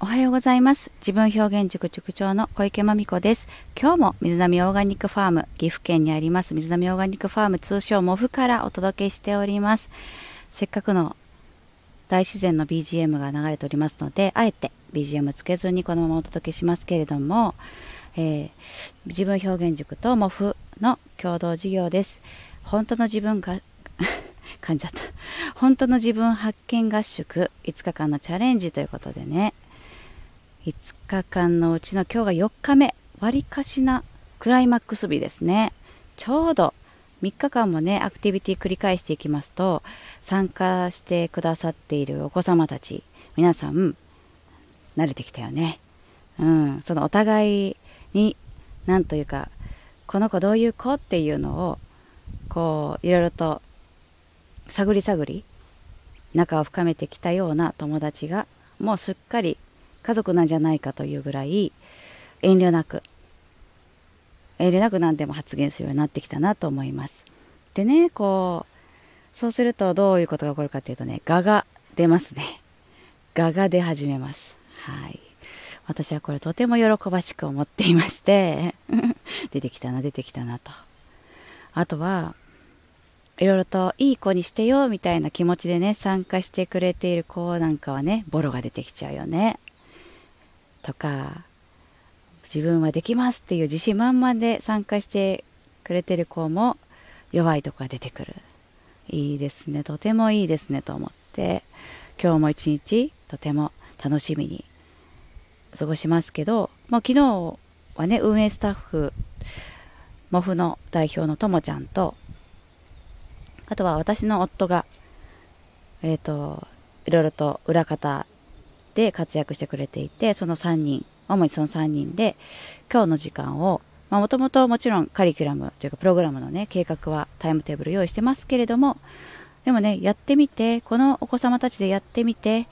おはようございます。自分表現塾塾長の小池真美子です。今日も水波オーガニックファーム、岐阜県にあります水波オーガニックファーム、通称モフからお届けしております。せっかくの大自然の BGM が流れておりますので、あえて BGM つけずにこのままお届けしますけれども、自分表現塾とモフの共同事業です。本当の自分が噛んじゃった。本当の自分発見合宿5日間のチャレンジということでね、5日間のうちの今日が4日目、割りかしなクライマックス日ですね。ちょうど3日間もね、アクティビティ繰り返していきますと、参加してくださっているお子様たち、皆さん慣れてきたよね。そのお互いになんというか、この子どういう子っていうのをこういろいろと探り仲を深めてきたような友達がもうすっかり家族なんじゃないかというぐらい遠慮なく何でも発言するようになってきたなと思います。でね、そうするとどういうことが起こるかというとね、我が出ますね。我が出始めます。はい。私はこれとても喜ばしく思っていまして出てきたなと。あとはいろいろといい子にしてよみたいな気持ちでね、参加してくれている子なんかはね、ボロが出てきちゃうよねとか、自分はできますっていう自信満々で参加してくれてる子も弱いとこが出てくる。いいですね、とてもいいですねと思って、今日も一日とても楽しみに過ごしますけど、昨日はね、運営スタッフモフの代表のともちゃんと、あとは私の夫がいろいろと裏方で活躍してくれていて、主にその3人で今日の時間を、もともともちろんカリキュラムというかプログラムのね、計画はタイムテーブル用意してますけれども、でもね、やってみて、このお子様たちでやってみて、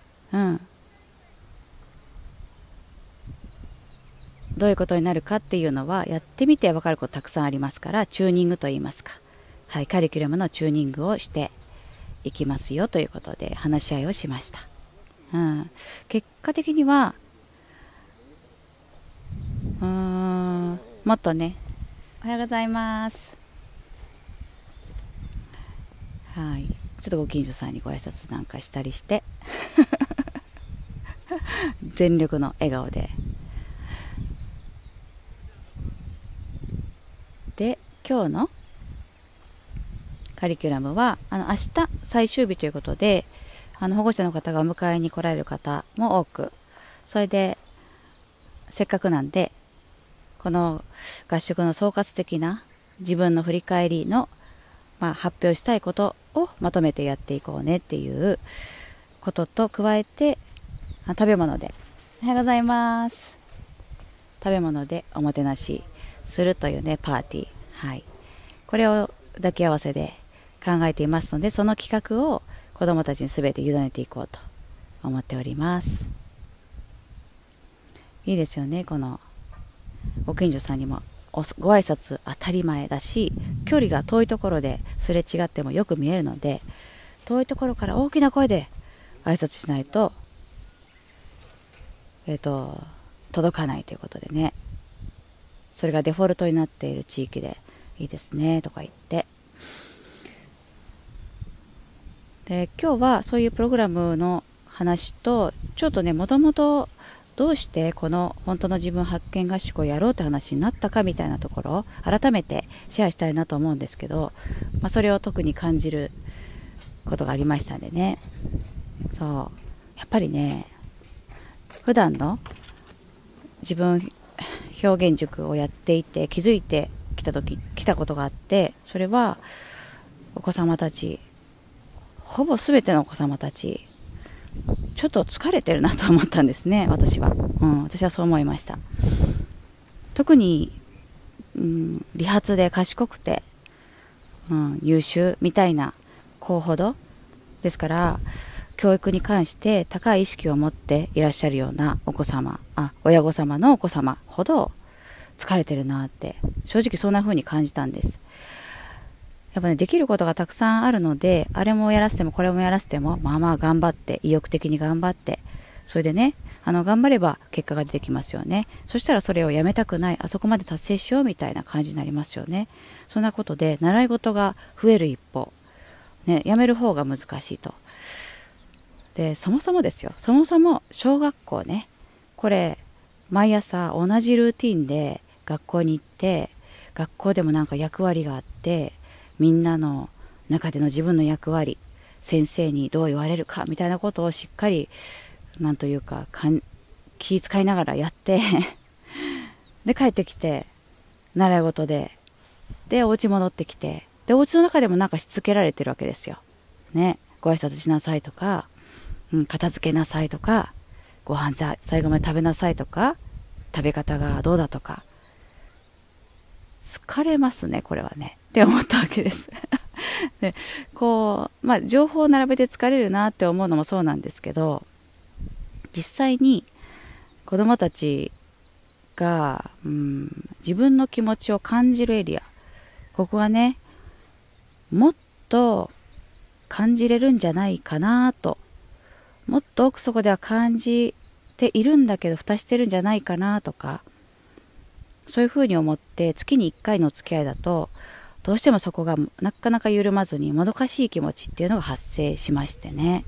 どういうことになるかっていうのはやってみて分かることたくさんありますから、チューニングといいますか、はい、カリキュラムのチューニングをしていきますよということで話し合いをしました。結果的にはもっとね、おはようございます。はい、ちょっとご近所さんにご挨拶なんかしたりして全力の笑顔で今日のカリキュラムは明日最終日ということで、保護者の方がお迎えに来られる方も多く、それでせっかくなんでこの合宿の総括的な自分の振り返りの、発表したいことをまとめてやっていこうねっていうことと加えて、食べ物で、おはようございます、食べ物でおもてなしするというね、パーティー、はい、これを抱き合わせで考えていますので、その企画を子どもたちに全て委ねていこうと思っております。いいですよね、このご近所さんにもご挨拶当たり前だし、距離が遠いところですれ違ってもよく見えるので、遠いところから大きな声で挨拶しないと届かないということでね、それがデフォルトになっている地域でいいですねとか言って、で今日はそういうプログラムの話と、ちょっとね、もともとどうしてこの本当の自分発見合宿をやろうって話になったかみたいなところを改めてシェアしたいなと思うんですけど、それを特に感じることがありましたんでね。やっぱりね、普段の自分表現塾をやっていて気づいてきたことがあって、それはお子様たち、ほぼ全てのお子様たちちょっと疲れてるなと思ったんですね。私はそう思いました。特に、理髪で賢くて、優秀みたいな子ほどですから、教育に関して高い意識を持っていらっしゃるような親御様のお子様ほど疲れてるなって、正直そんな風に感じたんです。やっぱね、できることがたくさんあるので、あれもやらせてもこれもやらせても頑張って、意欲的に頑張ってそれでね、頑張れば結果が出てきますよね。そしたらそれをやめたくない、あそこまで達成しようみたいな感じになりますよね。そんなことで習い事が増える一方、ね、やめる方が難しいと。で、そもそもですよ、そもそも小学校ね、これ毎朝同じルーティンで学校に行って、学校でもなんか役割があって、みんなの中での自分の役割、先生にどう言われるかみたいなことをしっかり、なんというか、気遣いながらやってで帰ってきて習い事でお家戻ってきて、でお家の中でもなんかしつけられてるわけですよね。ご挨拶しなさいとか、片付けなさいとか、ご飯最後まで食べなさいとか、食べ方がどうだとか。疲れますねこれはねって思ったわけですで、こう情報を並べて疲れるなって思うのもそうなんですけど、実際に子どもたちが、自分の気持ちを感じるエリア、ここはね、もっと感じれるんじゃないかなと、もっと奥底では感じているんだけど蓋してるんじゃないかなとか、そういうふうに思って、月に1回の付き合いだとどうしてもそこがなかなか緩まずにもどかしい気持ちっていうのが発生しましてね。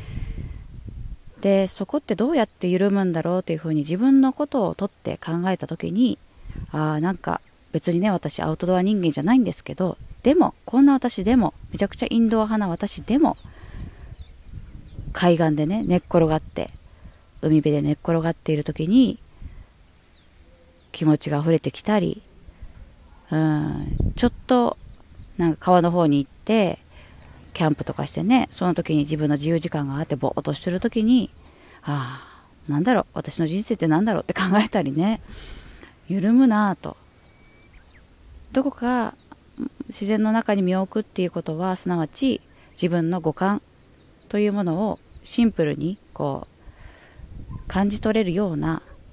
で、そこってどうやって緩むんだろうというふうに自分のことをとって考えた時に、なんか別にね、私アウトドア人間じゃないんですけど、でもこんな私でも、めちゃくちゃインドア派な私でも、海岸でね寝っ転がって、海辺で寝っ転がっている時に気持ちが溢れてきたり、ちょっとなんか川の方に行ってキャンプとかしてね、その時に自分の自由時間があってぼーっとしてる時に、なんだろう、私の人生ってなんだろうって考えたりね、緩むなぁと。どこか自然の中に身を置くっていうことは、すなわち自分の五感というものをシンプルにこう感じ取れるよう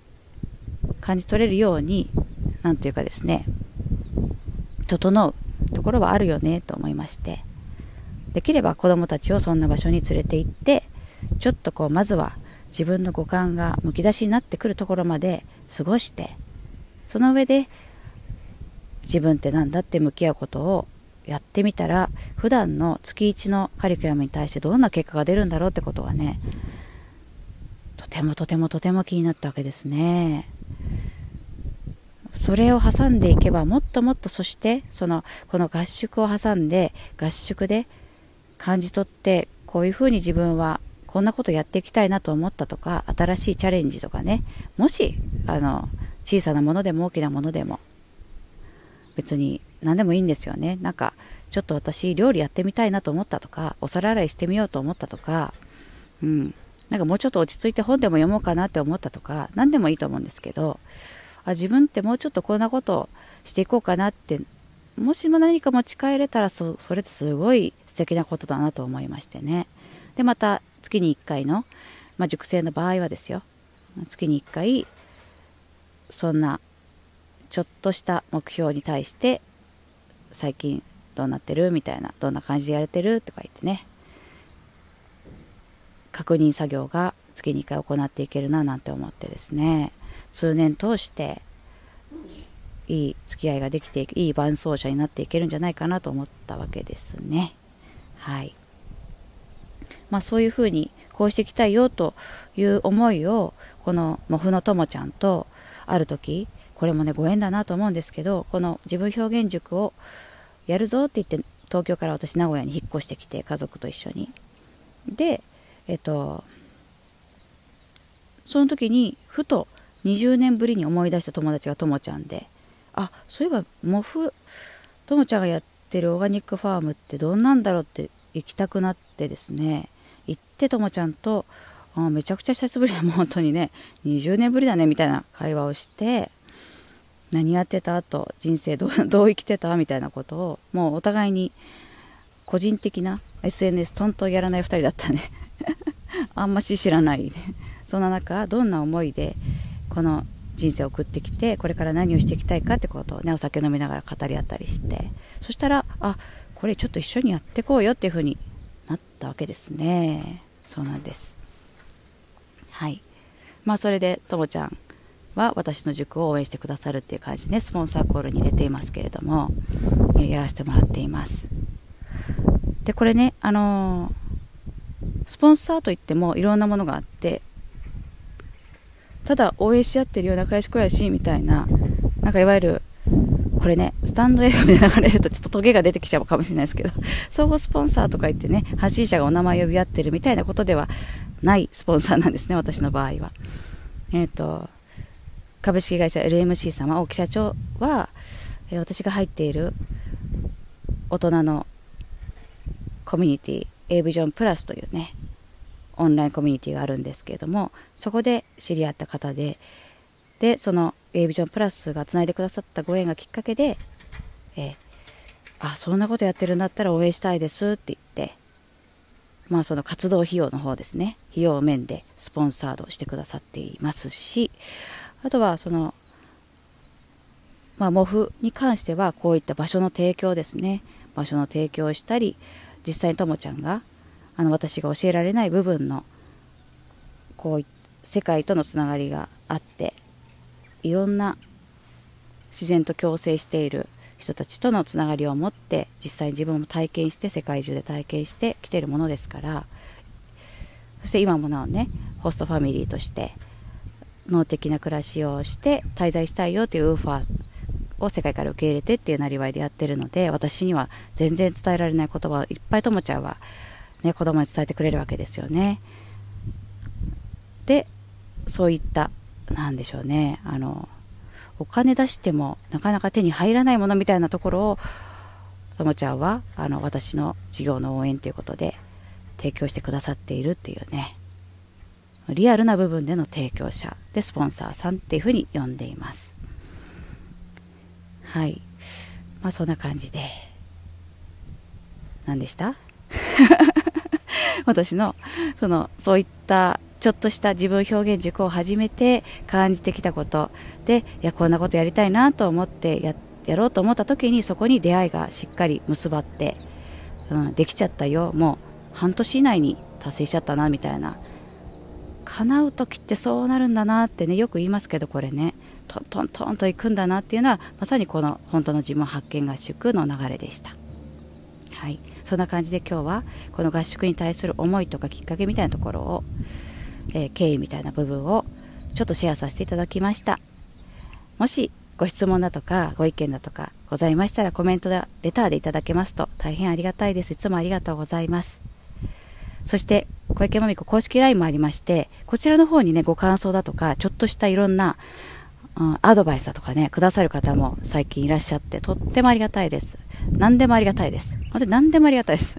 に、なんというかですね、整うところはあるよねと思いまして、できれば子どもたちをそんな場所に連れて行って、ちょっとこうまずは自分の五感がむき出しになってくるところまで過ごして、その上で自分ってなんだって向き合うことをやってみたら、普段の月1のカリキュラムに対してどんな結果が出るんだろうってことがね、とても気になったわけですね。それを挟んでいけばもっともっと、そしてこの合宿を挟んで、合宿で感じ取って、こういうふうに自分はこんなことやっていきたいなと思ったとか、新しいチャレンジとかね、もし小さなものでも大きなものでも別に何でもいいんですよね。なんかちょっと私料理やってみたいなと思ったとか、お皿洗いしてみようと思ったとか、なんかもうちょっと落ち着いて本でも読もうかなって思ったとか、何でもいいと思うんですけど、自分ってもうちょっとこんなことをしていこうかなって、もしも何か持ち帰れたら、それってすごい素敵なことだなと思いましてね。でまた月に1回の、塾生の場合はですよ、月に1回そんなちょっとした目標に対して、最近どうなってるみたいな、どんな感じでやれてるとか言ってね、確認作業が月に1回行っていけるななんて思ってですね、通年通していい付き合いができていく、いい伴走者になっていけるんじゃないかなと思ったわけですね。はい。そういうふうにこうしていきたいよという思いを、このモフのともちゃんとある時、これもねご縁だなと思うんですけど、この自分表現塾をやるぞって言って、東京から私名古屋に引っ越してきて、家族と一緒に。でその時にふと20年ぶりに思い出した友達がともちゃんで、そういえばモフともちゃんがやってるオーガニックファームってどんなんだろうって行きたくなってですね、行ってともちゃんとめちゃくちゃ久しぶりだ、もう本当にね20年ぶりだねみたいな会話をして、何やってたと、人生どう生きてたみたいなことを、もうお互いに個人的な SNS トントンやらない2人だったねあんまし知らない、ね、そんな中どんな思いでこの人生を送ってきて、これから何をしていきたいかってことをね、お酒飲みながら語り合ったりして、そしたらこれちょっと一緒にやってこうよっていう風になったわけですね。そうなんです。 はい。それでともちゃんは私の塾を応援してくださるっていう感じで、スポンサーコールに入れていますけれども、やらせてもらっています。でこれね、スポンサーといってもいろんなものがあって、ただ応援し合ってるよ、仲良しこやしみたいな、なんかいわゆるこれね、スタンド FM で流れるとちょっとトゲが出てきちゃうかもしれないですけど、相互スポンサーとか言ってね、発信者がお名前呼び合ってるみたいなことではないスポンサーなんですね、私の場合は。株式会社 LMC 様、大木社長は、私が入っている大人のコミュニティ A ビジョンプラスというね、オンラインコミュニティがあるんですけれども、そこで知り合った方で、その A ビジョンプラスがつないでくださったご縁がきっかけで、そんなことやってるんだったら応援したいですって言って、その活動費用の方ですね、費用面でスポンサードしてくださっていますし、あとはそのモフに関してはこういった場所の提供ですね、場所の提供をしたり、実際にともちゃんが私が教えられない部分のこう世界とのつながりがあって、いろんな自然と共生している人たちとのつながりを持って、実際に自分も体験して、世界中で体験してきているものですから、そして今もなおね、ホストファミリーとして脳的な暮らしをして滞在したいよというオファーを世界から受け入れてっていうなりわいでやってるので、私には全然伝えられない言葉をいっぱいともちゃんは、ね、子供に伝えてくれるわけですよね。でそういったなんでしょうね、お金出してもなかなか手に入らないものみたいなところをともちゃんは私の事業の応援ということで提供してくださっているっていうね、リアルな部分での提供者でスポンサーさんっていうふうに呼んでいます。はい、そんな感じで、何でした私のそういったちょっとした自分表現塾を始めて感じてきたことで、いやこんなことやりたいなと思ってやろうと思った時に、そこに出会いがしっかり結ばって、できちゃったよ、もう半年以内に達成しちゃったなみたいな、叶う時ってそうなるんだなってね、よく言いますけど、これね、トントントンといくんだなっていうのはまさにこの本当の自分発見合宿の流れでした。はい、そんな感じで今日はこの合宿に対する思いとかきっかけみたいなところを、経緯みたいな部分をちょっとシェアさせていただきました。もしご質問だとかご意見だとかございましたら、コメントやレターでいただけますと大変ありがたいです。いつもありがとうございます。そして小池まみこ公式 LINE もありまして、こちらの方にね、ご感想だとかちょっとしたいろんな、アドバイスだとかねくださる方も最近いらっしゃって、とってもありがたいです。何でもありがたいです。本当に何でもありがたいです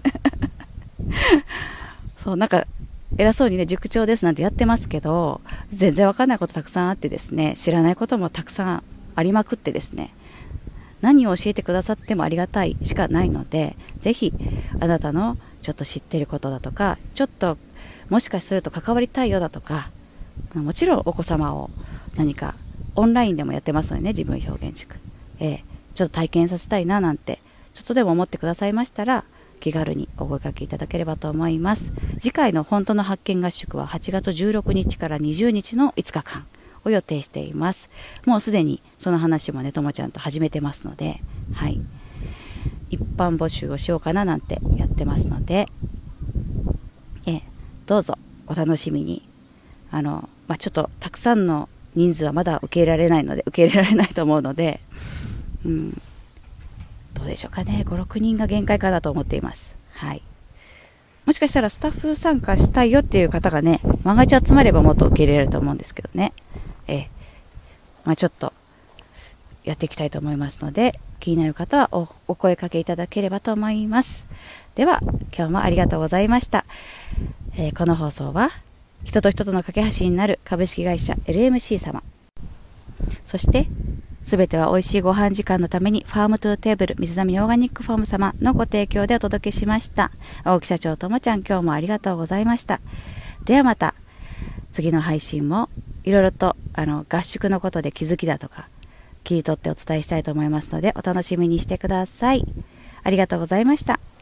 そうなんか偉そうにね、塾長ですなんてやってますけど、全然わかんないことたくさんあってですね、知らないこともたくさんありまくってですね、何を教えてくださってもありがたいしかないので、ぜひあなたのちょっと知っていることだとか、ちょっともしかすると関わりたいよだとか、もちろんお子様を何かオンラインでもやってますのでね、自分表現塾、ちょっと体験させたいななんてちょっとでも思ってくださいましたら、気軽にお声掛けいただければと思います。次回の本当の発見合宿は8月16日から20日の5日間を予定しています。もうすでにその話もね、ともちゃんと始めてますので、はい、一般募集をしようかななんてやってますので、どうぞお楽しみに。ちょっとたくさんの人数はまだ受け入れられないと思うので、どうでしょうかね、5、6人が限界かなと思っています。はい、もしかしたらスタッフ参加したいよっていう方がね、万が一集まればもっと受け入れられると思うんですけどね、ちょっとやっていきたいと思いますので、気になる方はお声かけいただければと思います。では今日もありがとうございました。この放送は人と人との架け橋になる株式会社 LMC 様、そしてすべては美味しいご飯時間のためにファームトゥーテーブル水波オーガニックファーム様のご提供でお届けしました。大木社長ともちゃん、今日もありがとうございました。ではまた次の配信もいろいろと合宿のことで気づきだとか切り取ってお伝えしたいと思いますので、お楽しみにしてください。ありがとうございました。